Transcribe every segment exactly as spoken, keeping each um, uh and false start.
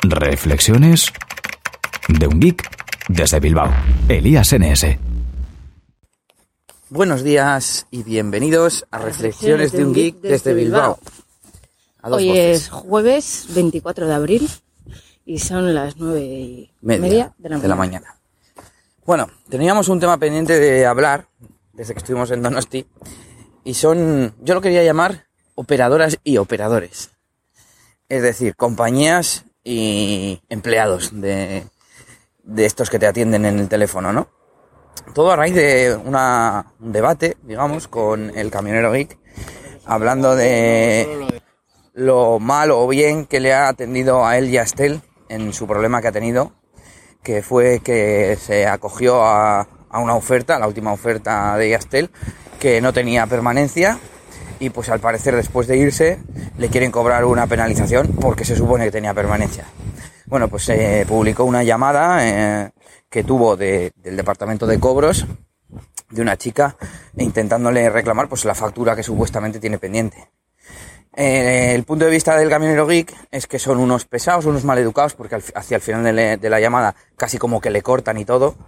Reflexiones de un geek desde Bilbao. Elías N S. Buenos días y bienvenidos a Reflexiones de un geek desde Bilbao. A dos Hoy voces. Es jueves veinticuatro de abril y son las nueve y media, media de, la, de la mañana. Bueno, teníamos un tema pendiente de hablar desde que estuvimos en Donosti y son, yo lo quería llamar operadoras y operadores. Es decir, compañías y empleados de, de estos que te atienden en el teléfono, ¿no? Todo a raíz de una, un debate, digamos, con el camionero geek, hablando de lo mal o bien que le ha atendido a él y a Estel en su problema que ha tenido, que fue que se acogió a, a una oferta, la última oferta de Yastel, que no tenía permanencia, y pues al parecer después de irse le quieren cobrar una penalización porque se supone que tenía permanencia. Bueno, pues se eh, publicó una llamada eh, que tuvo de, del departamento de cobros de una chica intentándole reclamar pues la factura que supuestamente tiene pendiente. Eh, el punto de vista del camionero geek es que son unos pesados, unos maleducados, porque al, hacia el final de, le, de la llamada casi como que le cortan y todo.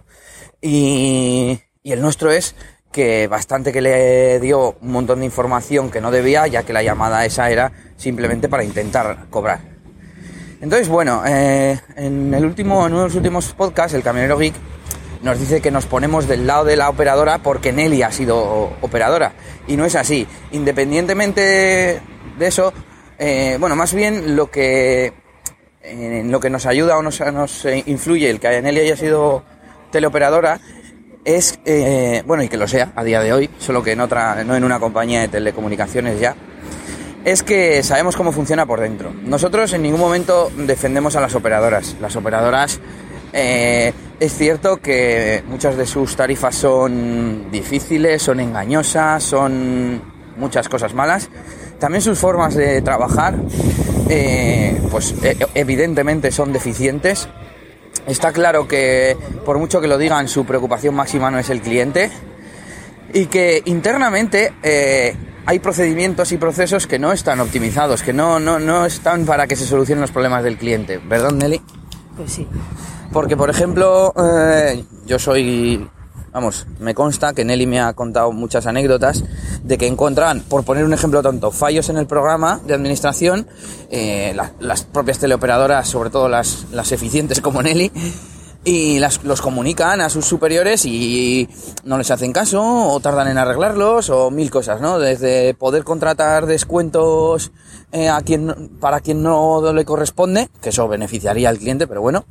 Y, y el nuestro es que bastante que le dio un montón de información que no debía, ya que la llamada esa era simplemente para intentar cobrar. Entonces, bueno, eh, en el último, en uno de los últimos podcasts, el camionero geek nos dice que nos ponemos del lado de la operadora porque Nelly ha sido operadora. Y no es así. Independientemente de eso, eh, bueno, más bien lo que eh, lo que nos ayuda o nos, nos influye el que Nelly haya sido teleoperadora es, eh, bueno, y que lo sea a día de hoy, solo que en otra, no en una compañía de telecomunicaciones ya, es que sabemos cómo funciona por dentro. Nosotros en ningún momento defendemos a las operadoras. Las operadoras, eh, es cierto que muchas de sus tarifas son difíciles, son engañosas, son muchas cosas malas. También sus formas de trabajar, eh, pues eh, evidentemente son deficientes. Está claro que, por mucho que lo digan, su preocupación máxima no es el cliente y que internamente eh, hay procedimientos y procesos que no están optimizados, que no, no, no están para que se solucionen los problemas del cliente. ¿Verdad, Nelly? Pues sí. Porque, por ejemplo, eh, yo soy... Vamos, me consta que Nelly me ha contado muchas anécdotas de que encuentran, por poner un ejemplo tonto, fallos en el programa de administración, eh, la, las propias teleoperadoras, sobre todo las, las eficientes como Nelly, y las, los comunican a sus superiores y no les hacen caso, o tardan en arreglarlos, o mil cosas, ¿no? Desde poder contratar descuentos eh, a quien para quien no le corresponde, que eso beneficiaría al cliente, pero bueno.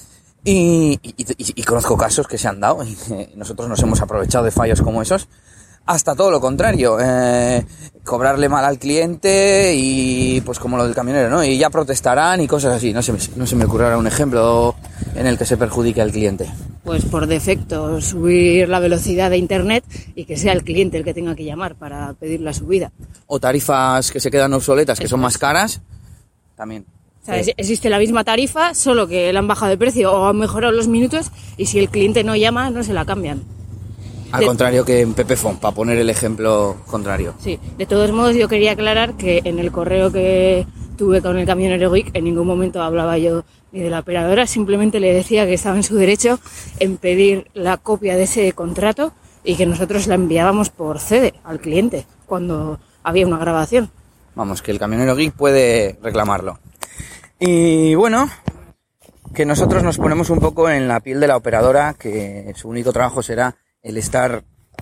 Y, y, y, y conozco casos que se han dado y que nosotros nos hemos aprovechado de fallos como esos, hasta todo lo contrario, eh, cobrarle mal al cliente y pues como lo del camionero, ¿no? Y ya protestarán y cosas así. No se me, no se me ocurre ahora un ejemplo en el que se perjudique al cliente. Pues por defecto subir la velocidad de internet y que sea el cliente el que tenga que llamar para pedir la subida. O tarifas que se quedan obsoletas, que Eso son más caras, también. O sea, existe la misma tarifa, solo que le han bajado de precio o han mejorado los minutos y si el cliente no llama, no se la cambian. Al de... contrario que en Pepefon, para poner el ejemplo contrario. Sí, de todos modos yo quería aclarar que en el correo que tuve con el camionero geek en ningún momento hablaba yo ni de la operadora, simplemente le decía que estaba en su derecho en pedir la copia de ese contrato y que nosotros la enviábamos por C D al cliente cuando había una grabación. Vamos, que el camionero geek puede reclamarlo. Y bueno, que nosotros nos ponemos un poco en la piel de la operadora, que su único trabajo será el estar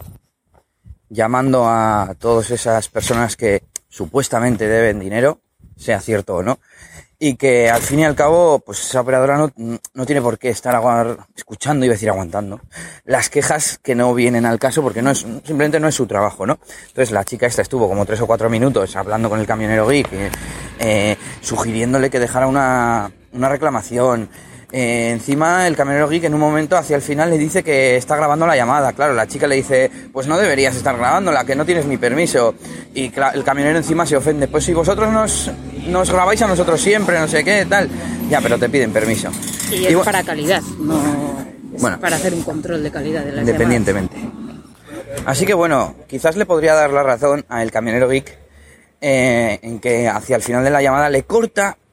llamando a todas esas personas que supuestamente deben dinero, sea cierto o no, y que al fin y al cabo, pues esa operadora no, no tiene por qué estar aguar, escuchando, iba a decir aguantando, las quejas que no vienen al caso porque no es, simplemente no es su trabajo, ¿no? Entonces la chica esta estuvo como tres o cuatro minutos hablando con el camionero geek, eh, eh, sugiriéndole que dejara una, una reclamación. Eh, encima el camionero geek en un momento hacia el final le dice que está grabando la llamada. Claro, la chica le dice, pues no deberías estar grabándola, que no tienes mi permiso. Y el camionero encima se ofende, pues si vosotros nos, nos grabáis a nosotros siempre, no sé qué, tal. Ya, pero te piden permiso. Y es y, para calidad, no es bueno, para hacer un control de calidad de las independientemente. Llamadas. Así que bueno, quizás le podría dar la razón al camionero geek eh, en que hacia el final de la llamada le corta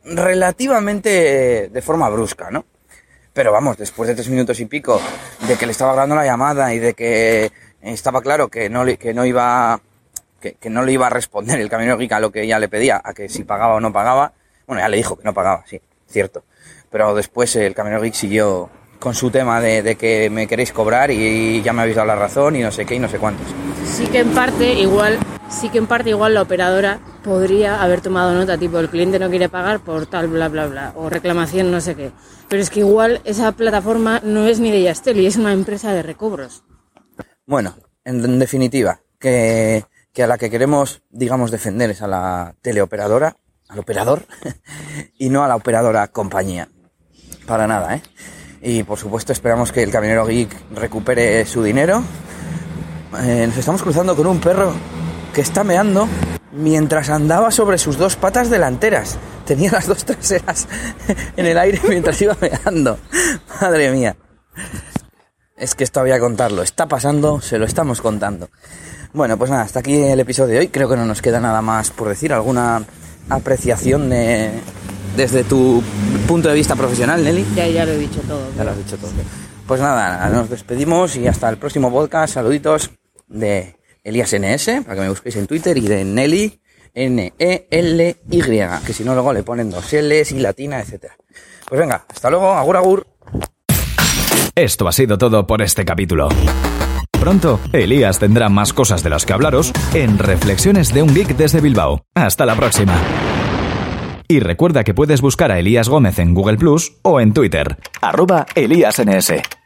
relativamente de forma brusca, ¿no? Pero vamos, después de tres minutos y pico de que le estaba grabando la llamada y de que estaba claro que no, que no iba que, que no le iba a responder el camionero geek a lo que ella le pedía, a que si pagaba o no pagaba, bueno, ya le dijo que no pagaba, sí, cierto. Pero después el camionero geek siguió con su tema de, de que me queréis cobrar y ya me habéis dado la razón y no sé qué y no sé cuántos. Sí que en parte igual, sí que en parte igual la operadora podría haber tomado nota, tipo el cliente no quiere pagar por tal bla bla bla, o reclamación no sé qué. Pero es que igual esa plataforma no es ni de Yastel y es una empresa de recobros. Bueno, en, en definitiva, que, que a la que queremos, digamos, defender es a la teleoperadora, al operador, y no a la operadora compañía. Para nada, ¿eh? Y por supuesto esperamos que el camionero geek recupere su dinero. Eh, nos estamos cruzando con un perro que está meando mientras andaba sobre sus dos patas delanteras. Tenía las dos traseras en el aire mientras iba meando. Madre mía. Es que esto había que contarlo. Está pasando, se lo estamos contando. Bueno, pues nada, hasta aquí el episodio de hoy. Creo que no nos queda nada más por decir. ¿Alguna apreciación de, desde tu punto de vista profesional, Nelly? Ya, ya lo he dicho todo. Ya lo has dicho todo. Pues nada, nos despedimos y hasta el próximo podcast. Saluditos de Elías N S, para que me busquéis en Twitter, y de Nelly, N E L Y, que si no luego le ponen dos L's y latina, etcétera. Pues venga, hasta luego, agur agur. Esto ha sido todo por este capítulo. Pronto, Elías tendrá más cosas de las que hablaros en Reflexiones de un Geek desde Bilbao. Hasta la próxima. Y recuerda que puedes buscar a Elías Gómez en Google Plus o en Twitter, arroba Elías N S.